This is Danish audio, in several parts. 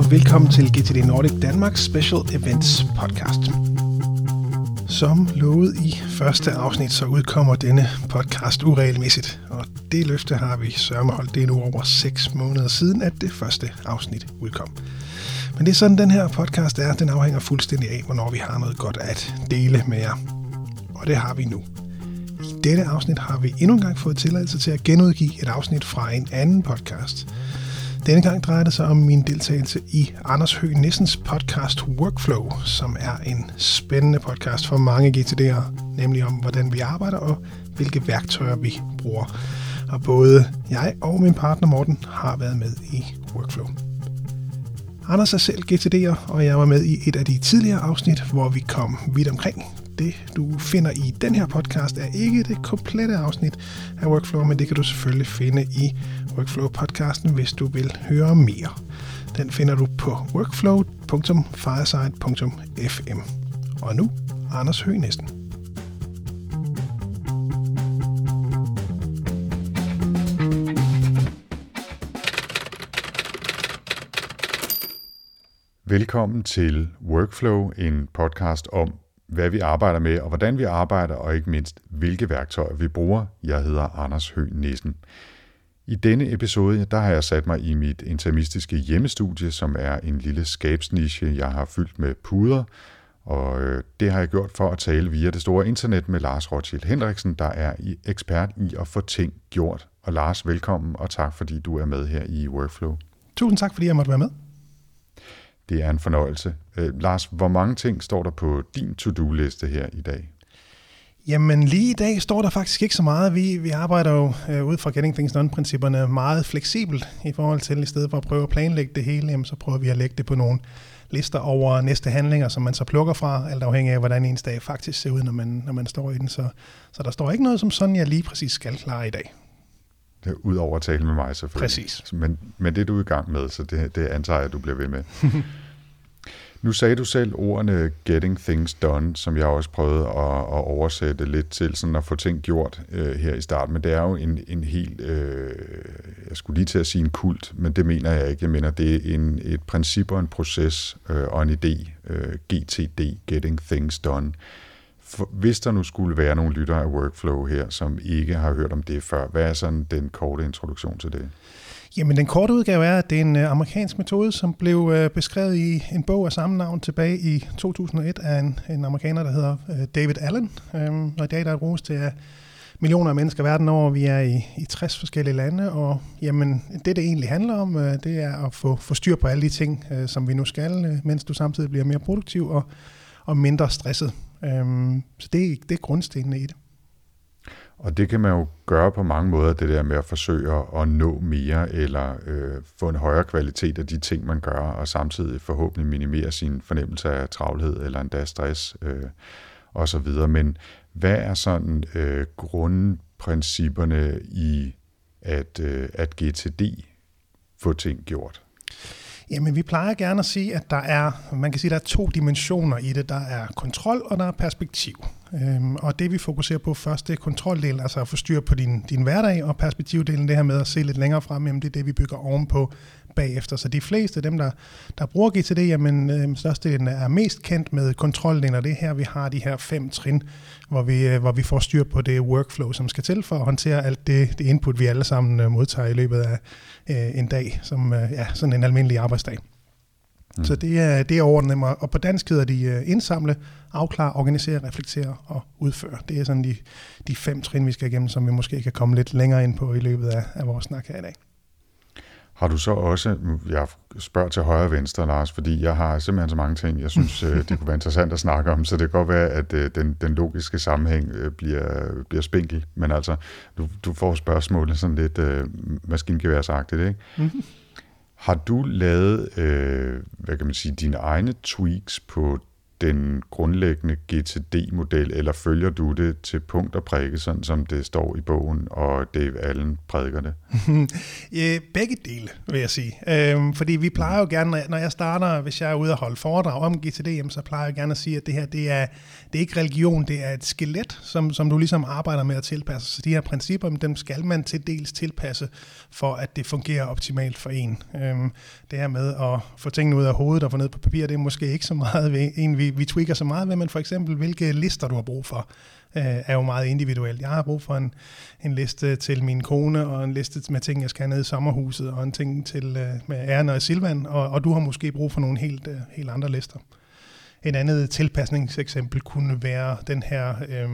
og velkommen til GTD Nordic Danmarks Special Events podcast. Som lovet i første afsnit, så udkommer denne podcast uregelmæssigt, og det løfte har vi sørme holdt. Det er nu over 6 måneder siden, at det første afsnit udkom. Men det er sådan, den her podcast er. Den afhænger fuldstændig af, hvornår vi har noget godt at dele med jer. Og det har vi nu. I dette afsnit har vi endnu en gang fået tilladelse til at genudgive et afsnit fra en anden podcast. Denne gang drejer det sig om min deltagelse i Anders Høgh Nissens podcast Workflow, som er en spændende podcast for mange GTD'ere, nemlig om, hvordan vi arbejder og hvilke værktøjer vi bruger. Og både jeg og min partner Morten har været med i Workflow. Anders er selv GTD'er, og jeg var med i et af de tidligere afsnit, hvor vi kom vidt omkring. Det, du finder i den her podcast, er ikke det komplette afsnit af Workflow, men det kan du selvfølgelig finde i Workflow-podcasten, hvis du vil høre mere. Den finder du på workflow.fireside.fm. Og nu, Anders Høgh Nissen. Velkommen til Workflow, en podcast om, hvad vi arbejder med, og hvordan vi arbejder, og ikke mindst, hvilke værktøjer vi bruger. Jeg hedder Anders Høgh Nissen. I denne episode, der har jeg sat mig i mit interimistiske hjemmestudie, som er en lille skabsniche, jeg har fyldt med puder, og det har jeg gjort for at tale via det store internet med Lars Rothschild Henriksen, der er ekspert i at få ting gjort. Og Lars, velkommen, og tak fordi du er med her i Workflow. Tusind tak, fordi jeg måtte være med. Det er en fornøjelse. Lars, hvor mange ting står der på din to-do-liste her i dag? Jamen lige i dag står der faktisk ikke så meget. Vi arbejder jo ud fra Getting Things Done-principperne meget fleksibelt i forhold til, i stedet for at prøve at planlægge det hele, jamen, så prøver vi at lægge det på nogle lister over næste handlinger, som man så plukker fra, alt afhængig af, hvordan ens dag faktisk ser ud, når man står i den. Så der står ikke noget, som sådan jeg lige præcis skal klare i dag. Det er ud over at tale med mig selvfølgelig. Præcis. Men det er du i gang med, så det antager jeg, at du bliver ved med. Nu sagde du selv ordene Getting Things Done, som jeg også prøvede at oversætte lidt til, sådan at få ting gjort her i starten. Men det er jo en helt, jeg skulle lige til at sige en kult, men det mener jeg ikke. Jeg mener, det er et princip og en proces og en idé, GTD, Getting Things Done. Hvis der nu skulle være nogle lyttere af Workflow her, som ikke har hørt om det før, hvad er sådan den korte introduktion til det? Jamen, den korte udgave er, at det er en amerikansk metode, som blev beskrevet i en bog af samme navn tilbage i 2001 af en amerikaner, der hedder David Allen. Og i dag der er bruges til millioner af mennesker verden over. Vi er i 60 forskellige lande, og jamen, det egentlig handler om, det er at få styr på alle de ting, som vi nu skal, mens du samtidig bliver mere produktiv og mindre stresset. Så det er grundstenene i det. Og det kan man jo gøre på mange måder, det der med at forsøge at nå mere, eller få en højere kvalitet af de ting, man gør, og samtidig forhåbentlig minimere sin fornemmelse af travlhed, eller endda stress, osv. Men hvad er sådan grundprincipperne i at GTD få ting gjort? Jamen, vi plejer gerne at sige, at der er 2 dimensioner i det. Der er kontrol, og der er perspektiv. Og det vi fokuserer på først, det er kontroldelen, altså at få styr på din hverdag, og perspektivdelen, det her med at se lidt længere frem, jamen det er det, vi bygger ovenpå bagefter. Så de fleste af dem, der bruger GTD, jamen størstedelen er mest kendt med kontroldelen, og det er her, vi har de her 5 trin, hvor vi får styr på det workflow, som skal til for at håndtere alt det input, vi alle sammen modtager i løbet af en dag, som sådan en almindelig arbejdsdag. Så det er overordnet, og på dansk hedder de indsamle, afklare, organisere, reflektere og udføre. Det er sådan de 5 trin, vi skal igennem, som vi måske kan komme lidt længere ind på i løbet af vores snak her i dag. Har du så også, jeg spørger til højre og venstre, Lars, fordi jeg har simpelthen så mange ting, jeg synes, det kunne være interessant at snakke om, så det kan godt være, at den logiske sammenhæng bliver spinkel, men altså, du får spørgsmålet sådan lidt maskingeværsagtigt, ikke? Mm-hmm. Har du lavet, dine egne tweaks på den grundlæggende GTD-model, eller følger du det til punkt og prikke, sådan som det står i bogen, og Dave Allen prædiker det? Begge dele, vil jeg sige. Fordi vi plejer jo gerne, når jeg starter, hvis jeg er ude og holde foredrag om GTD, så plejer jeg gerne at sige, at det her, det er ikke religion, det er et skelet, som du ligesom arbejder med at tilpasse. Så de her principper, dem skal man til dels tilpasse, for at det fungerer optimalt for en. Det her med at få tingene ud af hovedet og få ned på papir, det er måske ikke så meget en, vi tweaker så meget ved, men for eksempel, hvilke lister du har brug for, er jo meget individuelt. Jeg har brug for en liste til min kone, og en liste med ting, jeg skal have ned i sommerhuset, og en ting til med Erne og Silvan, og du har måske brug for nogle helt andre lister. Et andet tilpasningseksempel kunne være den her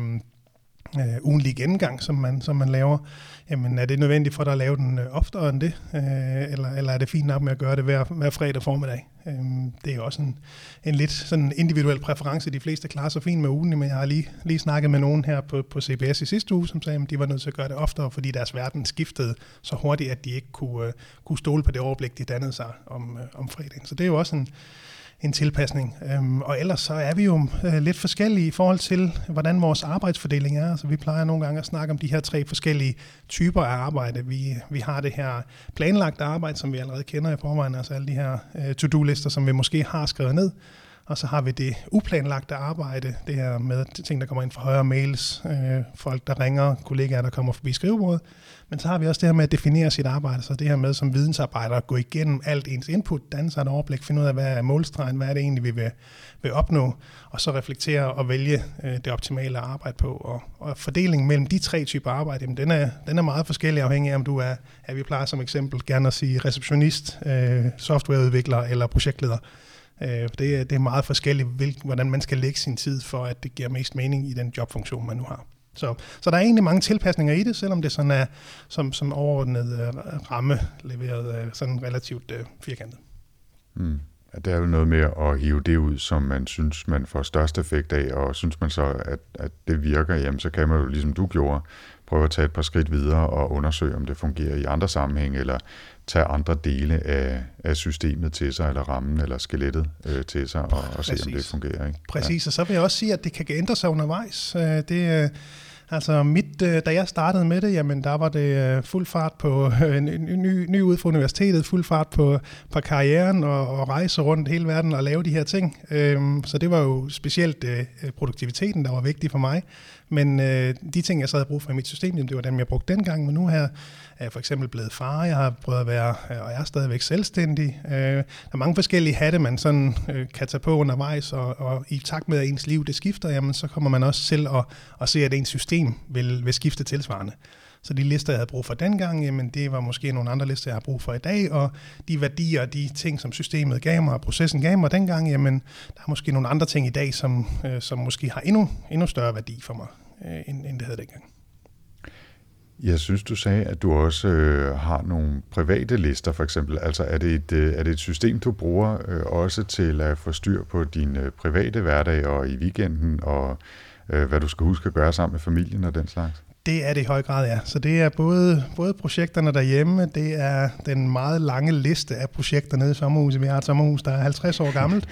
ugenlige gennemgang, som man laver. Jamen, er det nødvendigt for dig at lave den oftere end det? Eller er det fint nok med at gøre det hver fredag formiddag? Det er jo også en lidt sådan individuel præference. De fleste klarer sig fint med ugen, men jeg har lige snakket med nogen her på CBS i sidste uge, som sagde, at de var nødt til at gøre det oftere, fordi deres verden skiftede så hurtigt, at de ikke kunne stole på det overblik, de dannede sig om fredagen. Så det er jo også en tilpasning. Og ellers så er vi jo lidt forskellige i forhold til, hvordan vores arbejdsfordeling er. Altså, vi plejer nogle gange at snakke om de her 3 forskellige typer af arbejde. Vi har det her planlagte arbejde, som vi allerede kender i forvejen, altså alle de her to-do-lister, som vi måske har skrevet ned. Og så har vi det uplanlagte arbejde, det her med ting, der kommer ind fra højre mails, folk, der ringer, kollegaer, der kommer forbi skrivebordet. Men så har vi også det her med at definere sit arbejde, så det her med som vidensarbejder at gå igennem alt ens input, danne sig et overblik, finde ud af, hvad er målstregen, hvad er det egentlig, vi vil opnå, og så reflektere og vælge det optimale at arbejde på. Og fordelingen mellem de 3 typer arbejde, jamen, den er meget forskellig afhængig af, om du er, vi plejer som eksempel gerne at sige receptionist, softwareudvikler eller projektleder. Det er meget forskelligt, hvordan man skal lægge sin tid, for at det giver mest mening i den jobfunktion, man nu har. Så der er egentlig mange tilpasninger i det, selvom det sådan er som overordnet ramme leveret sådan relativt firkantet. Det er jo noget med at hive det ud, som man synes, man får størst effekt af, og synes man så, at det virker, jamen så kan man jo, ligesom du gjorde, prøve at tage et par skridt videre og undersøge, om det fungerer i andre sammenhæng, eller tage andre dele af systemet til sig, eller rammen, eller skelettet til sig, og se, om det fungerer. Ikke? Præcis, og så vil jeg også sige, at det kan ændre sig undervejs. Altså da jeg startede med det, jamen der var det fuld fart på ny ud fra universitetet, fuld fart på karrieren og rejse rundt hele verden og lave de her ting. Så det var jo specielt produktiviteten, der var vigtig for mig. Men de ting, jeg så havde brug for i mit system, det var dem, jeg brugte dengang. Men nu her er jeg for eksempel blevet far. Jeg har prøvet at være, og jeg er stadigvæk selvstændig. Der er mange forskellige hatte, man sådan kan tage på undervejs, og i takt med, at ens liv det skifter, jamen, så kommer man også til at se, at ens system vil skifte tilsvarende. Så de lister, jeg havde brug for dengang, jamen det var måske nogle andre lister, jeg har brug for i dag, og de værdier og de ting, som systemet gav mig, og processen gav mig dengang, jamen der er måske nogle andre ting i dag, som måske har endnu større værdi for mig, end det havde dengang. Jeg synes, du sagde, at du også har nogle private lister, for eksempel. Altså er det et system, du bruger også til at få styr på din private hverdag og i weekenden, og hvad du skal huske at gøre sammen med familien og den slags? Det er det i høj grad, ja. Så det er både projekterne derhjemme, det er den meget lange liste af projekter nede i sommerhuset. Vi har et sommerhus, der er 50 år gammelt.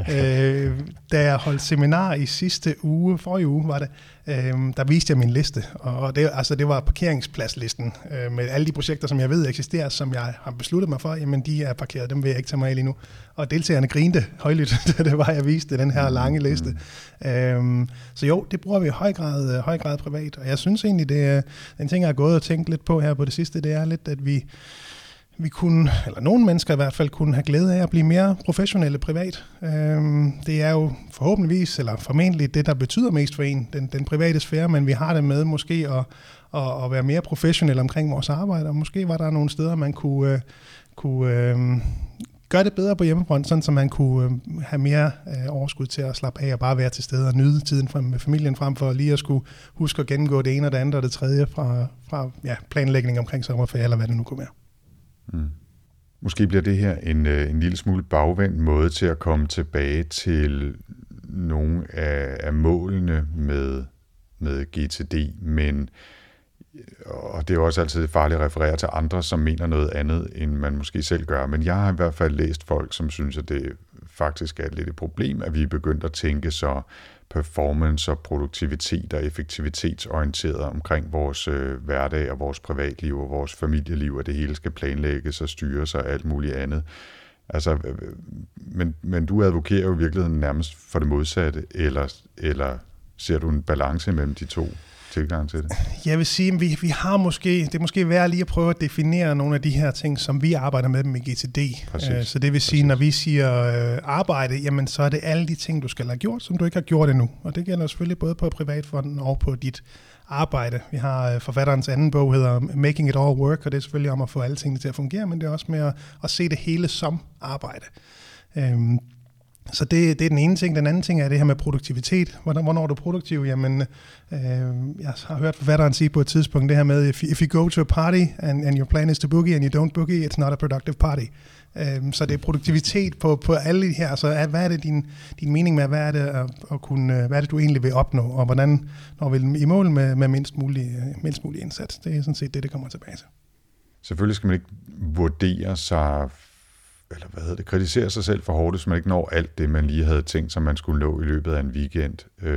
Da jeg holdt seminar i forrige uge var det, der viste jeg min liste. Og det var parkeringspladslisten med alle de projekter, som jeg ved eksisterer, som jeg har besluttet mig for. Jamen, de er parkeret, dem vil jeg ikke tage mig af lige nu. Og deltagerne grinte højlydt, da det var, jeg viste den her lange liste. Så jo, det bruger vi i høj grad privat. Og jeg synes egentlig, det er en ting, jeg har gået og tænkt lidt på her på det sidste, det er lidt, at vi kunne, eller nogle mennesker i hvert fald, kunne have glæde af at blive mere professionelle privat. Det er jo forhåbentligvis, eller formentlig det, der betyder mest for en, den private sfære, men vi har det med måske at være mere professionelle omkring vores arbejde, og måske var der nogle steder, man kunne gøre det bedre på hjemmefront, sådan så man kunne have mere overskud til at slappe af og bare være til stede og nyde tiden med familien, frem for lige at skulle huske at gennemgå det ene og det andet og det tredje fra planlægning omkring sommerferie, eller hvad det nu kunne være. Måske bliver det her en lille smule bagvendt måde til at komme tilbage til nogle af målene med GTD, og det er jo også altid farligt at referere til andre, som mener noget andet, end man måske selv gør. Men jeg har i hvert fald læst folk, som synes, at det er faktisk er lidt et problem, at vi er begyndt at tænke så performance og produktivitet og effektivitetsorienteret omkring vores hverdag og vores privatliv og vores familieliv, og det hele skal planlægges og styres og alt muligt andet. Altså, men du advokerer jo i virkeligheden nærmest for det modsatte, eller ser du en balance mellem de to tilgang til det? Jeg vil sige, at vi har det er måske værd lige at prøve at definere nogle af de her ting, som vi arbejder med dem i GTD. Så det vil sige, når vi siger arbejde, jamen så er det alle de ting, du skal have gjort, som du ikke har gjort endnu. Og det gælder selvfølgelig både på privatfonden og på dit arbejde. Vi har forfatterens anden bog, hedder Making It All Work, og det er selvfølgelig om at få alle tingene til at fungere, men det er også med at se det hele som arbejde. Så det er den ene ting. Den anden ting er det her med produktivitet. Hvornår er du produktiv? Jamen, jeg har hørt forfatteren sige på et tidspunkt det her med, if you go to a party and your plan is to boogie and you don't boogie, it's not a productive party. Så det er produktivitet på alle de her. Så hvad er det din mening med, hvad er det du egentlig vil opnå, og hvordan når vi i mål med mindst mulig indsats? Det er sådan set det kommer tilbage til. Selvfølgelig skal man ikke vurdere sig, eller kritisere sig selv for hårdt, hvis man ikke når alt det, man lige havde tænkt, som man skulle nå i løbet af en weekend.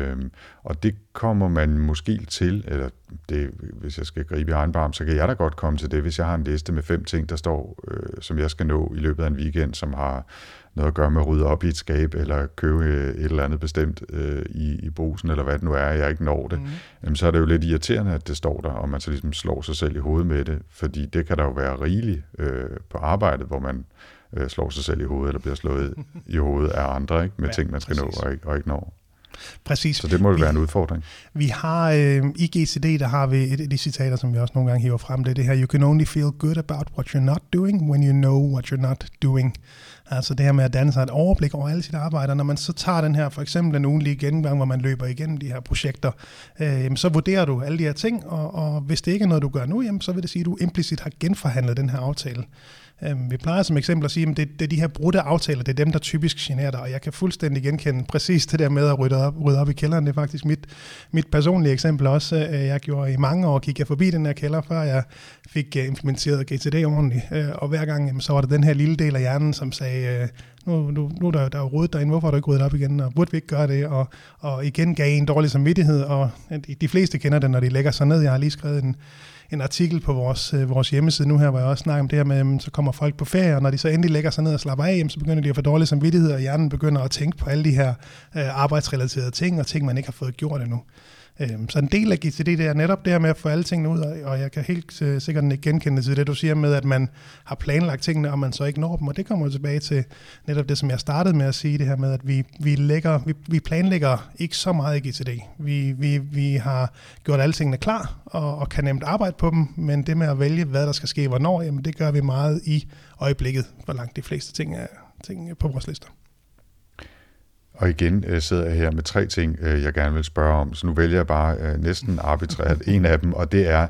Og det kommer man måske til, eller det, hvis jeg skal gribe i egen barm, så kan jeg da godt komme til det, hvis jeg har en liste med 5 ting, der står, som jeg skal nå i løbet af en weekend, som har noget at gøre med at rydde op i et skab, eller købe et eller andet bestemt i brusen, eller hvad det nu er, jeg ikke når det. Så er det jo lidt irriterende, at det står der, og man så ligesom slår sig selv i hovedet med det, fordi det kan der jo være rigeligt på arbejdet, hvor man slår sig selv i hovedet, eller bliver slået i hovedet af andre, ikke? Med ting, man skal nå og ikke når. Præcis. Så det må jo være en udfordring. Vi har i GTD, der har vi et af de citater, som vi også nogle gange hiver frem, det her, you can only feel good about what you're not doing, when you know what you're not doing. Altså det her med at danne sig et overblik over alle sit arbejde, når man så tager den her, for eksempel en ugenlig gennemgang, hvor man løber igennem de her projekter, så vurderer du alle de her ting, og hvis det ikke er noget, du gør nu, jamen, så vil det sige, at du implicit har genforhandlet den her aftale. Vi plejer som eksempel at sige, at det er de her brudte aftaler, det er dem, der typisk generer dig, og jeg kan fuldstændig genkende præcis det der med at rydde op i kælderen. Det er faktisk mit personlige eksempel også. Jeg gjorde i mange år, gik jeg forbi den her kælder, før jeg fik implementeret GTD ordentligt, og hver gang så var der den her lille del af hjernen, som sagde, nu der er rodet derinde, hvorfor har du ikke ryddet op igen, og burde vi ikke gøre det, og igen gav en dårlig samvittighed, og de fleste kender det, når de lægger sig ned. Jeg har lige skrevet en artikel på vores hjemmeside nu her, hvor jeg også snakker om det her med, så kommer folk på ferie, og når de så endelig lægger sig ned og slapper af, så begynder de at få dårlig samvittighed, og hjernen begynder at tænke på alle de her arbejdsrelaterede ting, og ting, man ikke har fået gjort endnu. Så en del af GTD, det er netop det her med at få alle tingene ud, og jeg kan helt sikkert ikke genkende til det, du siger med, at man har planlagt tingene, og man så ikke når dem, og det kommer tilbage til netop det, som jeg startede med at sige, det her med, at vi planlægger ikke så meget i GTD. Vi har gjort alle tingene klar, og kan nemt arbejde på dem, men det med at vælge, hvad der skal ske hvornår, jamen det gør vi meget i øjeblikket, hvor langt de fleste ting er på vores lister. Og igen sidder jeg her med 3 ting, jeg gerne vil spørge om, så nu vælger jeg bare næsten arbitrært en af dem, og det er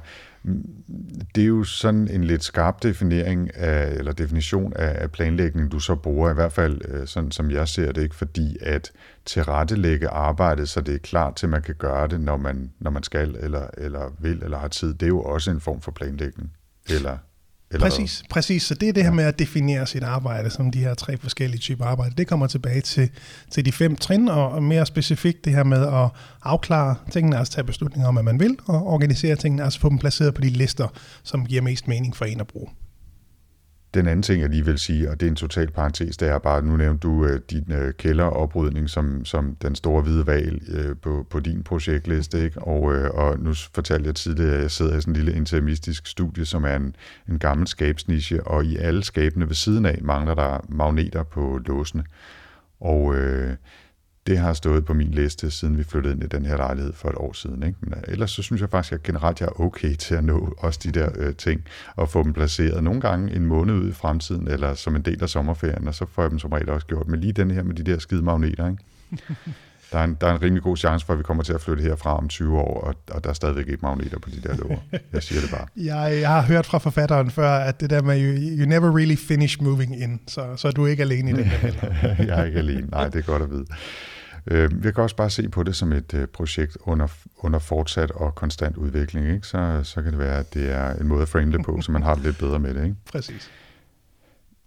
jo sådan en lidt skarp definition af planlægning, du så bruger, i hvert fald sådan som jeg ser det, ikke, fordi at tilrettelægge arbejdet, så det er klart til, at man kan gøre det, når man skal, eller vil, eller har tid, det er jo også en form for planlægning, eller Præcis. Så det er det her med at definere sit arbejde som de her 3 forskellige typer arbejde. Det kommer tilbage til de 5 trin, og mere specifikt det her med at afklare tingene, altså tage beslutninger om, hvad man vil, og organisere tingene, altså få dem placeret på de lister, som giver mest mening for en at bruge. Den anden ting, jeg lige vil sige, og det er en total parentes, det er bare, nu nævnte du din kælderoprydning som den store hvide hval på din projektliste, ikke? Og nu fortalte jeg tidligere, at jeg sidder i sådan en lille interimistisk studie, som er en gammel skabsniche, og i alle skabene ved siden af mangler der magneter på låsene. Og det har stået på min liste, siden vi flyttede ind i den her lejlighed for et år siden. Ikke? Men ellers så synes jeg faktisk, at generelt jeg er okay til at nå også de der ting, og få dem placeret nogle gange en måned ud i fremtiden, eller som en del af sommerferien, og så får jeg dem som regel også gjort. Men lige den her med de der skide magneter, ikke? Der er en rimelig god chance for, at vi kommer til at flytte herfra om 20 år, og der er stadigvæk ikke magneter på de der låger. Jeg siger det bare. Jeg har hørt fra forfatteren før, at det der med, you never really finish moving in, så er du ikke alene i den der. Jeg er ikke alene. Nej, det er godt at vide. Vi kan også bare se på det som et projekt under fortsat og konstant udvikling, ikke? Så kan det være, at det er en måde at frame det på, så man har det lidt bedre med det, ikke? Præcis.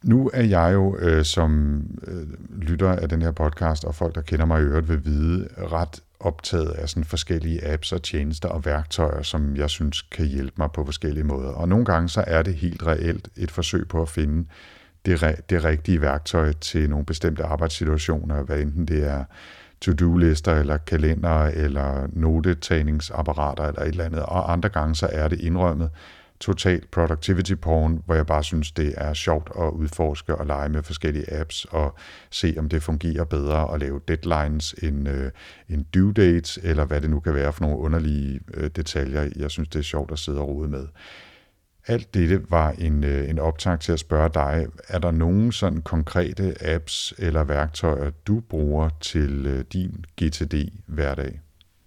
Nu er jeg jo som lytter af den her podcast, og folk, der kender mig i øvrigt, vil vide, ret optaget af sådan forskellige apps og tjenester og værktøjer, som jeg synes kan hjælpe mig på forskellige måder. Og nogle gange så er det helt reelt et forsøg på at finde det rigtige værktøj til nogle bestemte arbejdssituationer, hvad enten det er to-do-lister, eller kalender, eller notetagningsapparater, eller et eller andet. Og andre gange så er det indrømmet total productivity porn, hvor jeg bare synes, det er sjovt at udforske og lege med forskellige apps, og se, om det fungerer bedre at lave deadlines end due dates, eller hvad det nu kan være for nogle underlige detaljer, jeg synes, det er sjovt at sidde og rode med. Alt dette var en optakt til at spørge dig, er der nogen sådan konkrete apps eller værktøjer, du bruger til din GTD-hverdag?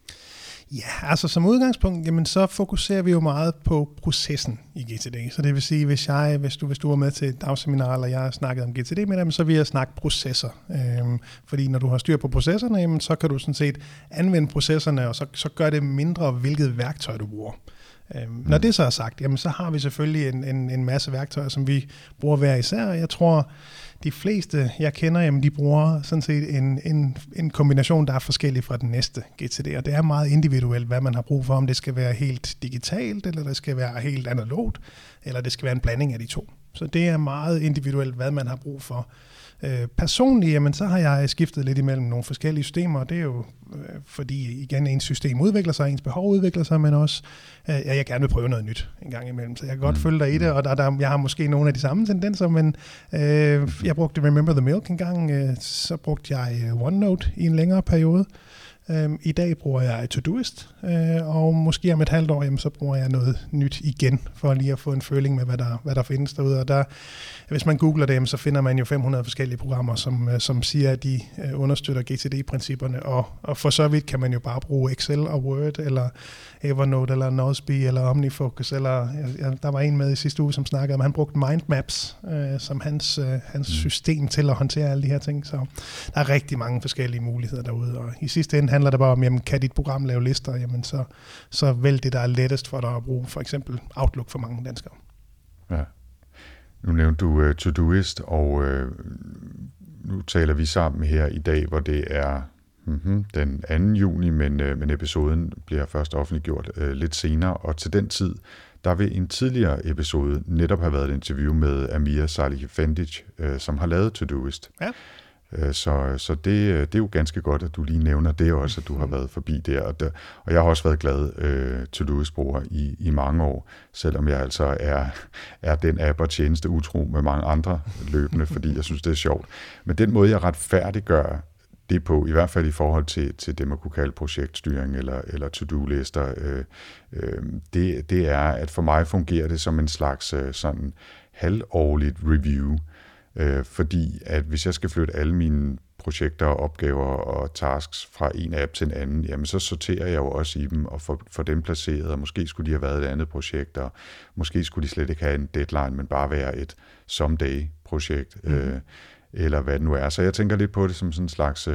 Ja, altså som udgangspunkt, jamen så fokuserer vi jo meget på processen i GTD. Så det vil sige, hvis du var med til et dagseminar, eller jeg har snakket om GTD med dem, så vil jeg snakke processer. Fordi når du har styr på processerne, jamen, så kan du sådan set anvende processerne, og så gør det mindre, hvilket værktøj du bruger. Når det så er sagt, jamen, så har vi selvfølgelig en masse værktøjer, som vi bruger hver især. Jeg tror, de fleste, jeg kender, jamen, de bruger sådan set en kombination, der er forskellig fra den næste GTD. Og det er meget individuelt, hvad man har brug for, om det skal være helt digitalt, eller det skal være helt analogt, eller det skal være en blanding af de to. Så det er meget individuelt, hvad man har brug for. Personligt, jamen, så har jeg skiftet lidt imellem nogle forskellige systemer, og det er jo fordi igen ens system udvikler sig, ens behov udvikler sig, men også jeg gerne vil prøve noget nyt en gang imellem, så jeg kan godt følge dig i det, og jeg har måske nogle af de samme tendenser, men jeg brugte Remember the Milk en gang, så brugte jeg OneNote i en længere periode. I dag bruger jeg Todoist, og måske om et halvt år, jamen, så bruger jeg noget nyt igen, for lige at få en føling med, hvad der findes derude. Og hvis man googler det, så finder man jo 500 forskellige programmer, som siger, at de understøtter GTD-principperne, og for så vidt kan man jo bare bruge Excel og Word, eller Evernote, eller Nozbe, eller OmniFocus, eller der var en med i sidste uge, som snakkede om, at han brugte Mindmaps som hans system til at håndtere alle de her ting. Så der er rigtig mange forskellige muligheder derude, og i sidste ende handler det bare om, jamen, kan dit program lave lister, jamen så vælg det, der er lettest for dig at bruge, for eksempel Outlook for mange danskere. Ja. Nu nævnte du Todoist, og nu taler vi sammen her i dag, hvor det er den 2. juni, men episoden bliver først offentliggjort lidt senere, og til den tid, der vil en tidligere episode netop have været et interview med Amir Salih Efendic, som har lavet Todoist. Ja. Så det er jo ganske godt, at du lige nævner det også, at du har været forbi der. Og jeg har også været glad Todoist-bruger i mange år, selvom jeg altså er den app og tjeneste utro med mange andre løbende, fordi jeg synes, det er sjovt. Men den måde, jeg retfærdiggør det på, i hvert fald i forhold til det, man kunne kalde projektstyring eller to-do-lister, det er, at for mig fungerer det som en slags sådan halvårligt review. Fordi at hvis jeg skal flytte alle mine projekter, opgaver og tasks fra en app til en anden, jamen så sorterer jeg jo også i dem og får dem placeret, og måske skulle de have været et andet projekt, og måske skulle de slet ikke have en deadline, men bare være et someday-projekt, eller hvad det nu er. Så jeg tænker lidt på det som sådan en slags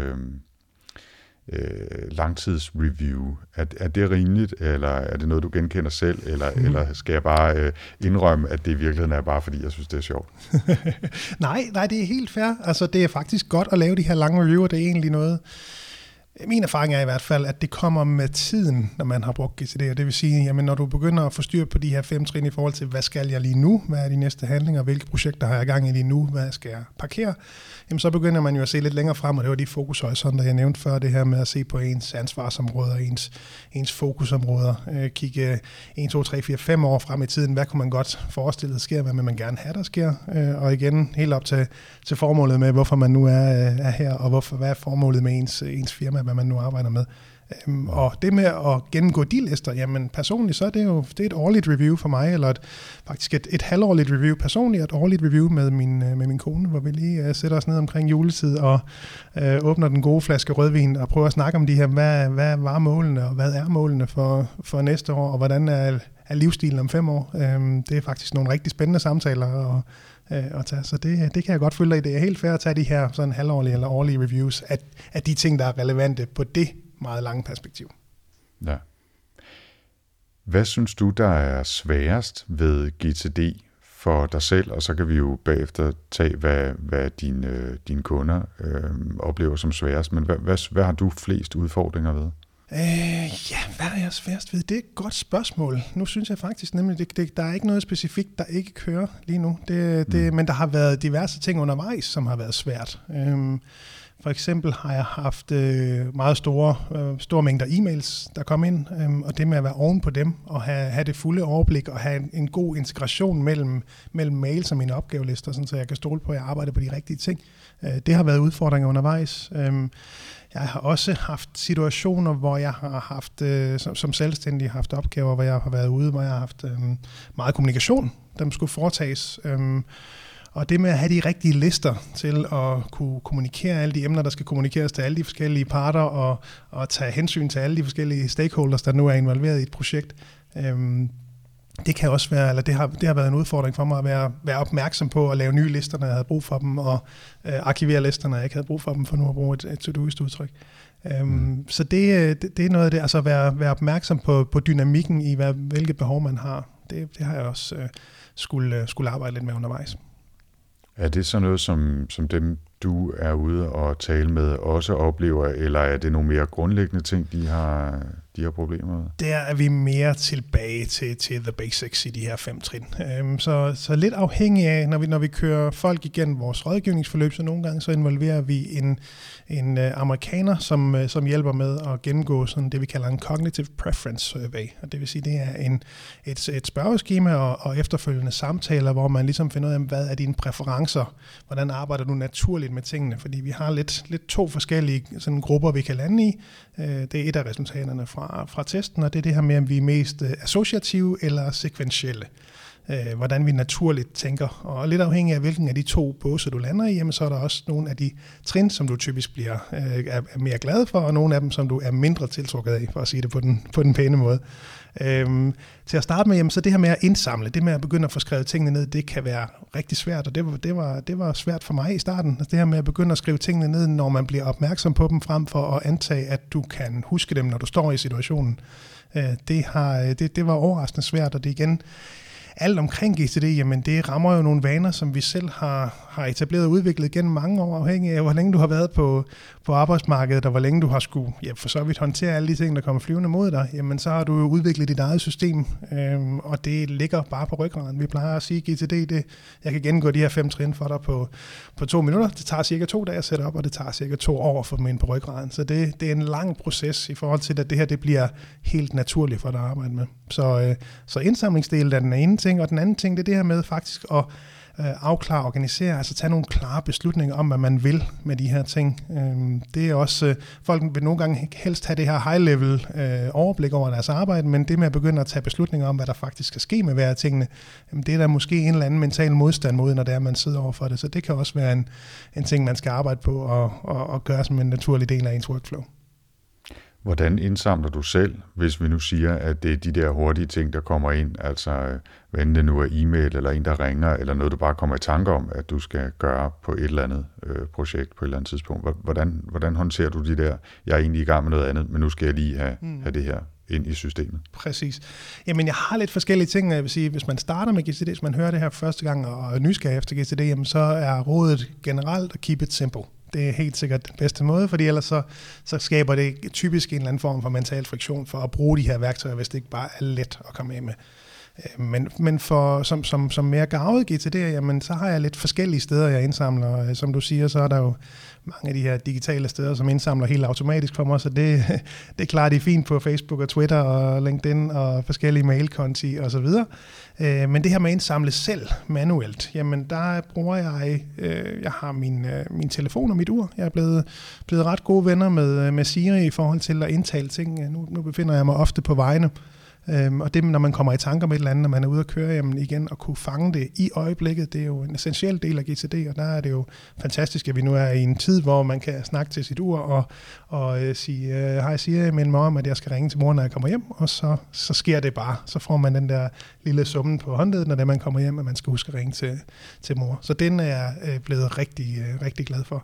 langtidsreview. Er det rimeligt, eller er det noget, du genkender selv, eller skal jeg bare indrømme, at det i virkeligheden er bare, fordi jeg synes, det er sjovt? Nej, det er helt fair. Altså, det er faktisk godt at lave de her lange reviewer. Det er egentlig noget. Min erfaring er i hvert fald, at det kommer med tiden, når man har brugt GTD. Det vil sige, jamen, når du begynder at få styr på de her 5 trin i forhold til, hvad skal jeg lige nu? Hvad er de næste handlinger? Hvilke projekter har jeg gang i lige nu? Hvad skal jeg parkere? Jamen, så begynder man jo at se lidt længere frem, og det var de fokushorisonter, jeg nævnte før, det her med at se på ens ansvarsområder, ens fokusområder. Kigge 1, 2, 3, 4, 5 år frem i tiden. Hvad kunne man godt forestille sig sker? Hvad vil man gerne have, der sker? Og igen, helt op til formålet med, hvorfor man nu er her, og hvad er formålet med ens firma, hvad man nu arbejder med. Og det med at gennemgå de lister, jamen personligt, så er det jo et årligt review for mig, eller faktisk et halvårligt review personligt, et årligt review med min kone, hvor vi lige sætter os ned omkring juletid og åbner den gode flaske rødvin og prøver at snakke om de her, hvad var målene, og hvad er målene for næste år, og hvordan er livsstilen om 5 år. Det er faktisk nogle rigtig spændende samtaler at tage, så det kan jeg godt følge dig i. Det er helt fair at tage de her sådan halvårlige eller årlige reviews af de ting, der er relevante på det meget lange perspektiv. Ja. Hvad synes du, der er sværest ved GTD for dig selv, og så kan vi jo bagefter tage, hvad dine kunder oplever som sværest. Men hvad har du flest udfordringer ved? Hvad er jeg sværest ved? Det er et godt spørgsmål. Nu synes jeg faktisk nemlig, der er ikke noget specifikt, der ikke kører lige nu. Men der har været diverse ting undervejs, som har været svært. For eksempel har jeg haft meget store mængder e-mails, der kom ind, og det med at være oven på dem, og have det fulde overblik, og have en god integration mellem mails og mine opgavelister, sådan, så jeg kan stole på, at jeg arbejder på de rigtige ting. Det har været udfordringer undervejs. Jeg har også haft situationer, hvor jeg har haft, som selvstændig, haft opgaver, hvor jeg har været ude, hvor jeg har haft meget kommunikation, der skulle foretages. Og det med at have de rigtige lister til at kunne kommunikere alle de emner, der skal kommunikeres til alle de forskellige parter, og tage hensyn til alle de forskellige stakeholders, der nu er involveret i et projekt, det kan også være, eller det har været en udfordring for mig at være opmærksom på at lave nye lister, når jeg havde brug for dem, og arkivere lister, når jeg ikke havde brug for dem, for nu at bruge et to-do-ist udtryk. Så det er noget af det, altså at være opmærksom på dynamikken i, hvilket behov man har. Det har jeg også skulle arbejde lidt med undervejs. Er det så noget, som dem, du er ude og tale med, også oplever, eller er det nogle mere grundlæggende ting, de har problemer med? Der er vi mere tilbage til the basics i de her 5 trin. Så lidt afhængig af, når vi kører folk igennem vores rådgivningsforløb, så nogle gange så involverer vi en amerikaner, som hjælper med at gennemgå sådan det, vi kalder en cognitive preference survey. Og det vil sige, det er et spørgeskema og efterfølgende samtaler, hvor man ligesom finder ud af, hvad er dine præferencer? Hvordan arbejder du naturligt med tingene? Fordi vi har lidt 2 forskellige sådan grupper, vi kan lande i. Det er et af resultaterne fra testen, og det er det her med, om vi er mest associative eller sekventielle. Hvordan vi naturligt tænker. Og lidt afhængig af, hvilken af de 2 båser du lander i, jamen, så er der også nogle af de trin, som du typisk er mere glad for, og nogle af dem, som du er mindre tiltrukket af, for at sige det på den pæne måde. Til at starte med, jamen, så det her med at indsamle, det med at begynde at få skrevet tingene ned, det kan være rigtig svært, og det var svært for mig i starten. Altså det her med at begynde at skrive tingene ned, når man bliver opmærksom på dem, frem for at antage, at du kan huske dem, når du står i situationen. Det var overraskende svært, og det igen, alt omkring GTD, jamen det rammer jo nogle vaner, som vi selv har etableret og udviklet gennem mange år, afhængig af, hvor længe du har været på arbejdsmarkedet, og hvor længe du har skulle for så vidt håndtere alle de ting, der kommer flyvende mod dig, jamen så har du jo udviklet dit eget system, og det ligger bare på ryggraden. Vi plejer at sige, GTD, jeg kan gennemgå de her 5 trin for dig på 2 minutter. Det tager cirka 2 dage at sætte op, og det tager cirka 2 år for dem ind på ryggraden. Så det er en lang proces i forhold til, at det her det bliver helt naturligt for dig at arbejde med. Så indsamlingsdelen er den ene ting, og den anden ting, det er det her med faktisk at afklare, organisere, altså tage nogle klare beslutninger om, hvad man vil med de her ting. Det er også, folk vil nogle gange helst have det her high-level overblik over deres arbejde, men det med at begynde at tage beslutninger om, hvad der faktisk skal ske med hver af tingene, det er der måske en eller anden mental modstand mod, når det er, man sidder over for det. Så det kan også være en ting, man skal arbejde på og gøre som en naturlig del af ens workflow. Hvordan indsamler du selv, hvis vi nu siger, at det er de der hurtige ting, der kommer ind, altså hvad end det nu er e-mail, eller en, der ringer, eller noget, du bare kommer i tanke om, at du skal gøre på et eller andet projekt på et eller andet tidspunkt. Hvordan håndterer du de der, jeg er egentlig i gang med noget andet, men nu skal jeg lige have det her ind i systemet? Præcis. Jamen, jeg har lidt forskellige ting, jeg vil sige. Hvis man starter med GTD, hvis man hører det her første gang og er nysgerrig efter GTD, jamen, så er rådet generelt at keep it simple. Det er helt sikkert den bedste måde, fordi ellers så skaber det typisk en eller anden form for mental friktion for at bruge de her værktøjer, hvis det ikke bare er let at komme af med. Men for, som mere garvet GTD, jamen, så har jeg lidt forskellige steder, jeg indsamler. Som du siger, så er der jo mange af de her digitale steder, som indsamler helt automatisk for mig, så det klarer de fint på Facebook og Twitter og LinkedIn og forskellige mailkonti og så videre. Men det her med at indsamle selv manuelt, jamen der bruger jeg har min telefon og mit ur. Jeg er blevet ret gode venner med Siri i forhold til at indtale ting. Nu befinder jeg mig ofte på vejene. Og det, når man kommer i tanker om et eller andet, når man er ude at køre, jamen igen, at kunne fange det i øjeblikket, det er jo en essentiel del af GTD, og der er det jo fantastisk, at vi nu er i en tid, hvor man kan snakke til sit ur og sige, hej Siri, mind mig om, at jeg skal ringe til mor, når jeg kommer hjem, og så sker det bare. Så får man den der lille summen på håndledet, når man kommer hjem, og man skal huske at ringe til mor. Så den er jeg blevet rigtig, rigtig glad for.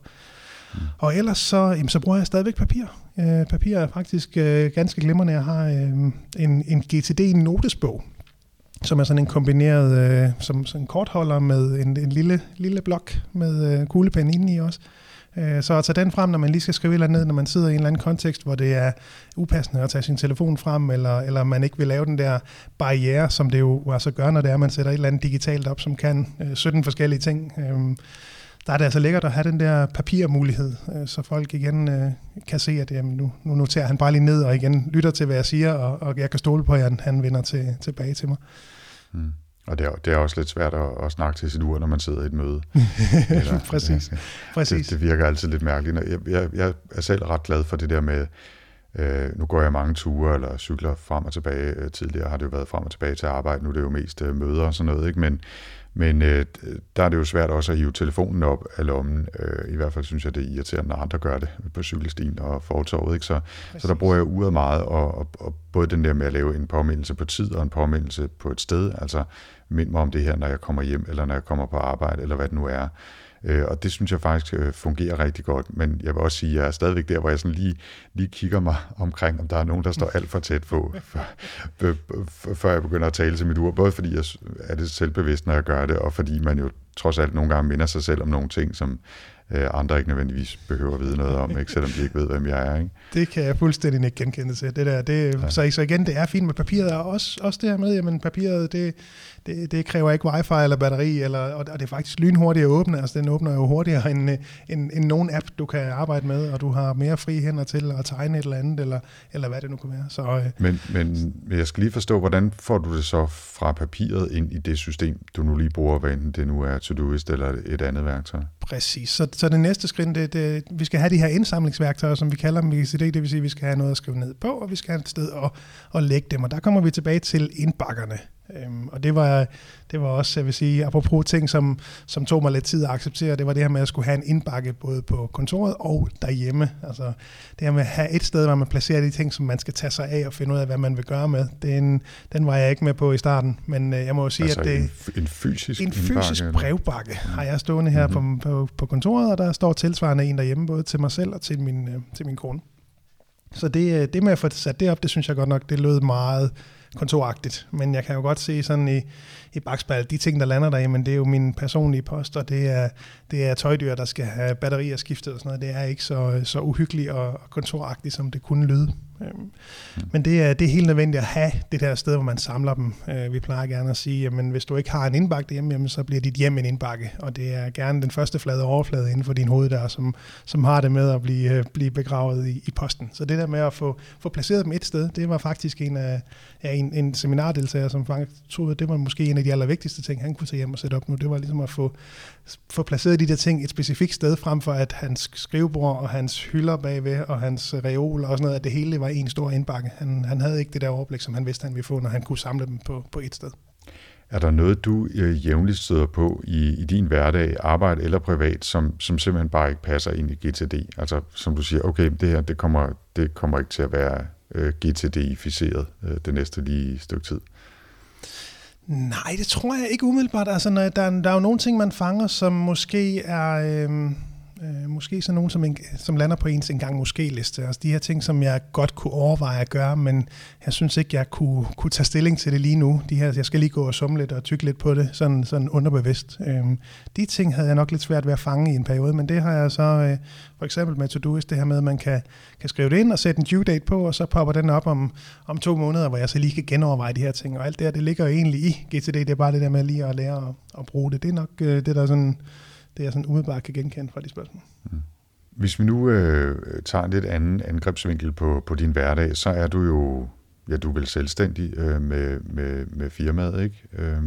Og ellers så bruger jeg stadigvæk papir. Papir er faktisk ganske glimrende. Jeg har en GTD-notesbog, som er sådan en kombineret som en kortholder med en lille blok med kuglepen indeni også. Så at tage den frem, når man lige skal skrive et eller andet ned, når man sidder i en eller anden kontekst, hvor det er upassende at tage sin telefon frem, eller man ikke vil lave den der barriere, som det jo altså gør, når det er, man sætter et eller andet digitalt op, som kan 17 forskellige ting. Der er det altså lækkert at have den der papirmulighed, så folk igen kan se, at jamen, nu noterer han bare lige ned, og igen lytter til, hvad jeg siger, og jeg kan stole på, at han vender tilbage til mig. Mm. Og det er også lidt svært at snakke til sit ur, når man sidder i et møde. Præcis. Det virker altid lidt mærkeligt. Jeg er selv ret glad for det der med, nu går jeg mange ture eller cykler frem og tilbage. Tidligere har det jo været frem og tilbage til arbejde, nu er det jo mest møder og sådan noget, ikke? Men der er det jo svært også at hive telefonen op af lommen. I hvert fald synes jeg, det er irriterende, når andre gør det på cykelstien og fortorvet. Ikke? Så der bruger jeg uret meget, og både den der med at lave en påmindelse på tid og en påmindelse på et sted. Altså mind mig om det her, når jeg kommer hjem, eller når jeg kommer på arbejde, eller hvad det nu er. Og det synes jeg faktisk fungerer rigtig godt, men jeg vil også sige, at jeg er stadigvæk der, hvor jeg sådan lige kigger mig omkring, om der er nogen, der står alt for tæt på, før jeg begynder at tale til mit ur. Både fordi jeg er det selvbevidst, når jeg gør det, og fordi man jo trods alt nogle gange minder sig selv om nogle ting, som andre ikke nødvendigvis behøver at vide noget om, ikke? Selvom de ikke ved, hvem jeg er. Ikke? Det kan jeg fuldstændig ikke genkende til. Ja. Så igen, det er fint med papiret, og også det her med, jamen papiret, det kræver ikke wifi eller batteri, og det er faktisk lynhurtigt at åbne. Altså den åbner jo hurtigere end nogen app, du kan arbejde med, og du har mere fri hænder til at tegne et eller andet, eller hvad det nu kan være. Så, men jeg skal lige forstå, hvordan får du det så fra papiret ind i det system, du nu lige bruger, hvad enten det nu er Todoist eller et andet værktøj? Præcis. Så det næste skridt, vi skal have de her indsamlingsværktøjer, som vi kalder dem i GTD, det vil sige, at vi skal have noget at skrive ned på, og vi skal have et sted at lægge dem. Og der kommer vi tilbage til indbakkerne. Og det var også, jeg vil sige, apropos ting, som tog mig lidt tid at acceptere, det var det her med, at jeg skulle have en indbakke både på kontoret og derhjemme. Altså det her med at have et sted, hvor man placerer de ting, som man skal tage sig af og finde ud af, hvad man vil gøre med. Den var jeg ikke med på i starten, men jeg må jo sige, altså at det en fysisk brevbakke har jeg stående her på kontoret, og der står tilsvarende en derhjemme, både til mig selv og til min kone. Så det med at få sat det op, det synes jeg godt nok, det lød meget kontoragtigt, men jeg kan jo godt se sådan i bakspejlet, de ting, der lander der i, men det er jo min personlige post, og det er tøjdyr, der skal have batterier skiftet og sådan noget. Det er ikke så uhyggeligt og kontoragtigt, som det kunne lyde. Men det er helt nødvendigt at have det der sted, hvor man samler dem. Vi plejer gerne at sige, at hvis du ikke har en indbakke derhjemme, jamen, så bliver dit hjem en indbakke, og det er gerne den første flade overflade inden for din hoved der, som har det med at blive begravet i posten. Så det der med at få placeret dem et sted, det var faktisk en seminardeltager, som faktisk troede, det var måske en af de allervigtigste ting, han kunne tage hjem og sætte op nu. Det var ligesom at få placeret de der ting et specifikt sted, frem for at hans skrivebord og hans hylder bagved og hans reol og sådan noget, at det hele var en stor indbakke. Han havde ikke det der overblik, som han vidste, han ville få, når han kunne samle dem på et sted. Er der noget, du jævnligt støder på i din hverdag, arbejde eller privat, som simpelthen bare ikke passer ind i GTD? Altså som du siger, okay, det her det kommer ikke til at være GTD-ificeret det næste lige stykke tid? Nej, det tror jeg ikke umiddelbart. Altså, der er jo nogle ting, man fanger, som måske er måske sådan nogen, som lander på ens engang måske-liste. Altså de her ting, som jeg godt kunne overveje at gøre, men jeg synes ikke, jeg kunne tage stilling til det lige nu. Jeg skal lige gå og summe lidt og tykke lidt på det, sådan underbevidst. De ting havde jeg nok lidt svært ved at fange i en periode, men det har jeg så for eksempel med Todoist, det her med, at man kan skrive det ind og sætte en due date på, og så popper den op om 2 måneder, hvor jeg så lige kan genoverveje de her ting. Og alt det her, det ligger jo egentlig i GTD. Det er bare det der med lige at lære at bruge det. Det er nok det, der sådan... Det jeg sådan umiddelbart kan genkende fra de spørgsmål. Hvis vi nu tager en lidt anden angrebsvinkel på din hverdag, så er du jo, du er vel selvstændig med firmaet, ikke?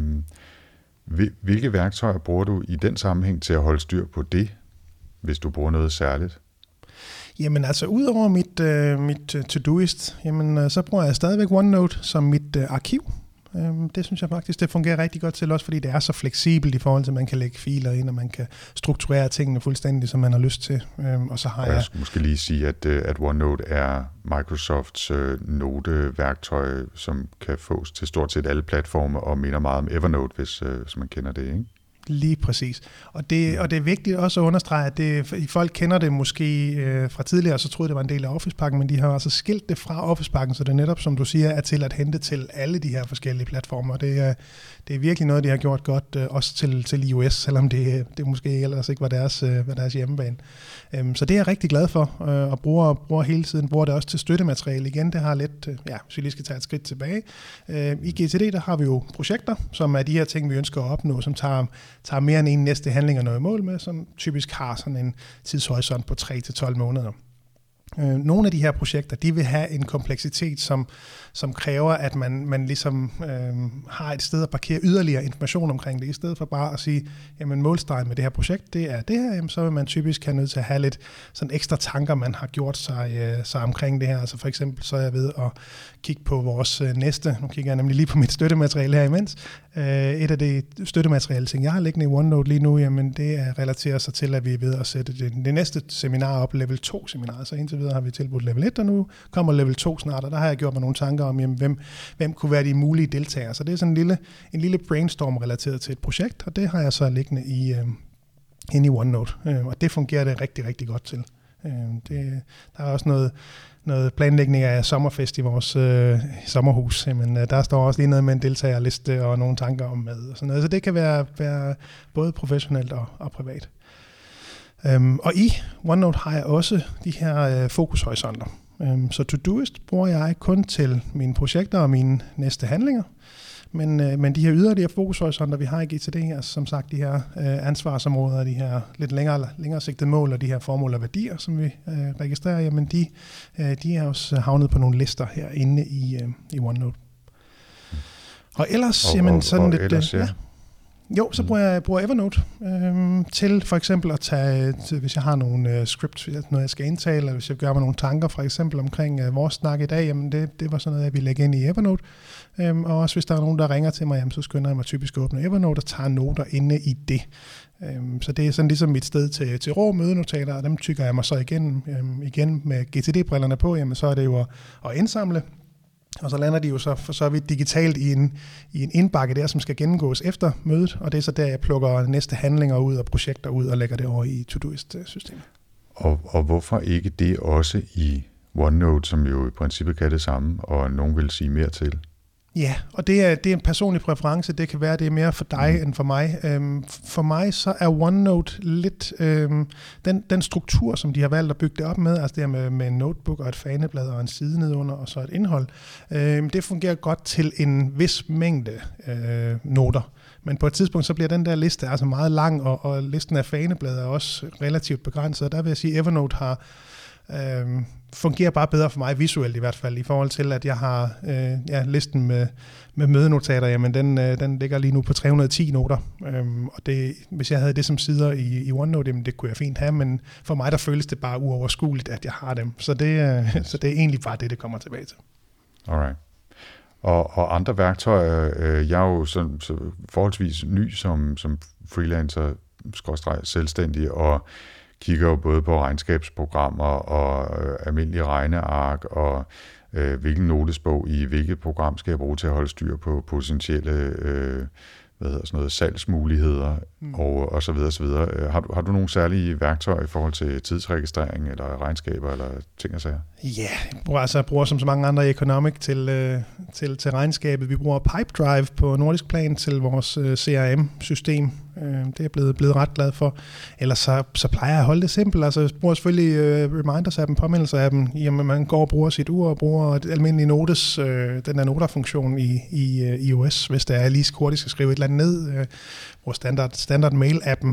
Hvilke værktøjer bruger du i den sammenhæng til at holde styr på det, hvis du bruger noget særligt? Jamen altså, udover mit Todoist, jamen så bruger jeg stadigvæk OneNote som mit arkiv. Det synes jeg faktisk, det fungerer rigtig godt til, også fordi det er så fleksibelt i forhold til, at man kan lægge filer ind, og man kan strukturere tingene fuldstændig, som man har lyst til. Og så har jeg skulle måske lige sige, at OneNote er Microsofts noteværktøj, som kan fås til stort set alle platforme, og minder meget om Evernote, hvis man kender det, ikke? Lige præcis. Og det er vigtigt også at understrege, at folk kender det måske fra tidligere, så troede det var en del af Office-pakken, men de har altså skilt det fra Office-pakken, så det netop, som du siger, er til at hente til alle de her forskellige platformer. Det er virkelig noget, de har gjort godt, også til iOS, selvom det måske ellers ikke var deres hjemmebane. Så det er jeg rigtig glad for, og bruger hele tiden. Bruger det også til støttemateriale igen. Det har lidt, hvis vi lige skal tage et skridt tilbage. I GTD, der har vi jo projekter, som er de her ting, vi ønsker at opnå, som tager mere end en næste handling og noget mål med, som typisk har sådan en tidshorisont på 3-12 måneder. Nogle af de her projekter, de vil have en kompleksitet, som kræver, at man ligesom har et sted at parkere yderligere information omkring det, i stedet for bare at sige, jamen målstregen med det her projekt, det er det her, jamen, så vil man typisk have nødt til at have lidt sådan ekstra tanker, man har gjort sig omkring det her. Altså for eksempel, så er jeg ved at kigge på vores næste, nu kigger jeg nemlig lige på mit støttemateriale her imens, et af de støttemateriale ting, jeg har liggende i OneNote lige nu, jamen det relaterer sig til, at vi er ved at sætte det næste seminar op, level 2 seminar, så indtil videre har vi tilbudt level 1, og nu kommer level 2 snart, og der har jeg gjort mig nogle tanker om, jamen, hvem kunne være de mulige deltagere. Så det er sådan en lille brainstorm relateret til et projekt, og det har jeg så liggende inde i OneNote, og det fungerer det rigtig, rigtig godt til. Der er også noget planlægning af sommerfest i vores sommerhus. Jamen, der står også lige noget med en deltagerliste og nogle tanker om mad og sådan noget. Så det kan være både professionelt og privat. Og i OneNote har jeg også de her fokushorisonter. Så Todoist bruger jeg kun til mine projekter og mine næste handlinger. Men de her yderligere fokushorisonter, vi har i GTD, altså som sagt de her ansvarsområder, de her lidt længere sigtede mål og de her formål og værdier, som vi registrerer, jamen de er også havnet på nogle lister herinde i OneNote. Og ellers, så bruger jeg Evernote til for eksempel at tage, hvis jeg har nogle scripts, noget jeg skal indtale, eller hvis jeg gør mig nogle tanker for eksempel omkring vores snak i dag, jamen det var sådan noget, jeg ville lægge ind i Evernote. Og også hvis der er nogen, der ringer til mig, jamen, så skynder jeg mig typisk at åbne Evernote og tager noter inde i det. Så det er sådan ligesom mit sted til rå mødenotater, og dem tykker jeg mig så igen med GTD-brillerne på, jamen så er det jo at indsamle. Og så lander de jo så vidt digitalt i en indbakke der, som skal gennemgås efter mødet, og det er så der, jeg plukker næste handlinger ud og projekter ud og lægger det over i Todoist-systemet. Og hvorfor ikke det også i OneNote, som jo i princippet kan det samme, og nogen vil sige mere til? Ja, og det er en personlig præference. Det kan være, det er mere for dig end for mig. For mig så er OneNote lidt den struktur, som de har valgt at bygge det op med, altså det her med en notebook og et faneblad og en side nedunder og så et indhold. Det fungerer godt til en vis mængde noter. Men på et tidspunkt, så bliver den der liste altså meget lang, og listen af faneblad er også relativt begrænset. Og der vil jeg sige, at Evernote har fungerer bare bedre for mig visuelt i hvert fald, i forhold til, at jeg har listen med mødenotater, jamen den ligger lige nu på 310 noter, og hvis jeg havde det som sider i OneNote, jamen det kunne jeg fint have, men for mig der føles det bare uoverskueligt, at jeg har dem, så det er egentlig bare det kommer tilbage til. Alright. Og andre værktøjer, jeg er jo så forholdsvis ny som freelancer, selvstændig, og kigger jo både på regnskabsprogrammer og almindelige regneark, og hvilken notesbog i hvilket program skal jeg bruge til at holde styr på potentielle salgsmuligheder og så videre, så videre. Har du nogle særlige værktøjer i forhold til tidsregistrering eller regnskaber eller ting og sager? Ja, jeg bruger som så mange andre i Economic til regnskabet. Vi bruger Pipedrive på nordisk plan til vores CRM-system. Det er jeg blevet ret glad for. Ellers så plejer jeg at holde det simpelt. Altså jeg bruger selvfølgelig Reminders-appen, påmindelser-appen. Jamen man går og bruger sit ur og bruger et almindeligt notes, den der noter-funktion i iOS, hvis der er lige hurtigt skal skrive et eller andet ned. Bruger standard mail-appen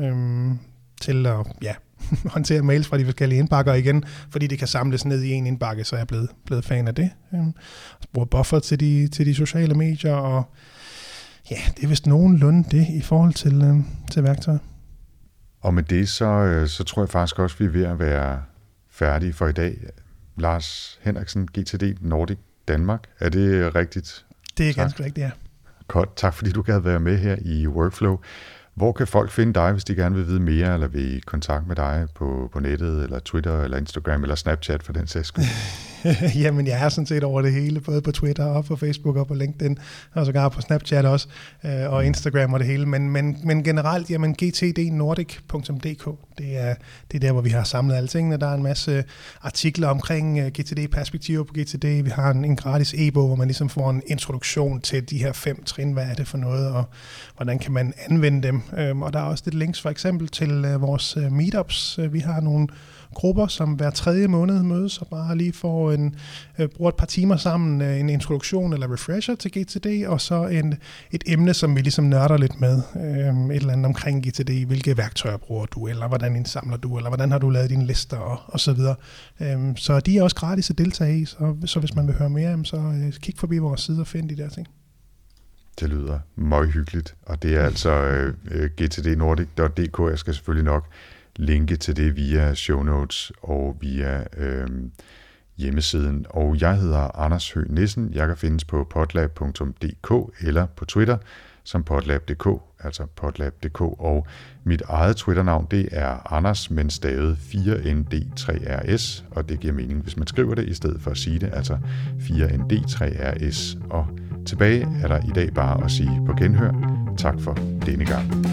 til at håndtere mails fra de forskellige indbakker igen, fordi det kan samles ned i en indbakke, så er jeg blevet fan af det. Jeg bruger Buffer til de sociale medier, og ja, det er vist nogenlunde det i forhold til værktøjer. Og med det, så tror jeg faktisk også, vi er ved at være færdige for i dag. Lars Henriksen, GTD Nordic Danmark. Er det rigtigt? Det er ganske rigtigt, ja. Godt, tak fordi du gad være med her i Workflow. Hvor kan folk finde dig, hvis de gerne vil vide mere, eller vil i kontakt med dig på nettet, eller Twitter, eller Instagram, eller Snapchat for den sags skyld? Jamen, jeg er sådan set over det hele, både på Twitter og på Facebook og på LinkedIn, og sågar på Snapchat også, og Instagram og det hele. Men generelt, jamen, gtdnordic.dk, det er der, hvor vi har samlet alle tingene. Der er en masse artikler omkring GTD-perspektiver på GTD. Vi har en gratis e-bog, hvor man ligesom får en introduktion til de her 5 trin. Hvad er det for noget, og hvordan kan man anvende dem? Og der er også lidt links for eksempel til vores meetups. Vi har nogle grupper, som hver 3. måned mødes og bare lige får bruger et par timer sammen, en introduktion eller refresher til GTD, og så et emne, som vi ligesom nørder lidt med. Et eller andet omkring GTD, hvilke værktøjer bruger du, eller hvordan indsamler du, eller hvordan har du lavet dine lister, og så videre. Så de er også gratis at deltage i, så hvis man vil høre mere, så kig forbi vores side og find de der ting. Det lyder meget hyggeligt, og det er altså gtdnordic.dk. Jeg skal selvfølgelig nok linke til det via show notes og via hjemmesiden. Og jeg hedder Anders Høgh Nissen. Jeg kan findes på potlab.dk eller på Twitter som potlab.dk, altså potlab.dk. Og mit eget Twitter-navn, det er Anders, men stavet 4ND3RS, og det giver mening, hvis man skriver det i stedet for at sige det, altså 4ND3RS. Og tilbage er der i dag bare at sige på genhør. Tak for denne gang.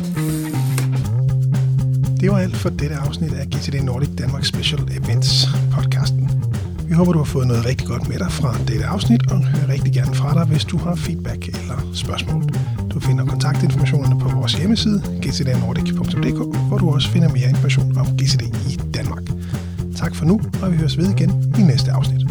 Det var alt for dette afsnit af GTD Nordic Danmark Special Events podcasten. Vi håber, du har fået noget rigtig godt med dig fra dette afsnit, og hører rigtig gerne fra dig, hvis du har feedback eller spørgsmål. Du finder kontaktinformationerne på vores hjemmeside, gtdnordic.dk, hvor du også finder mere information om GTD i Danmark. Tak for nu, og vi høres ved igen i næste afsnit.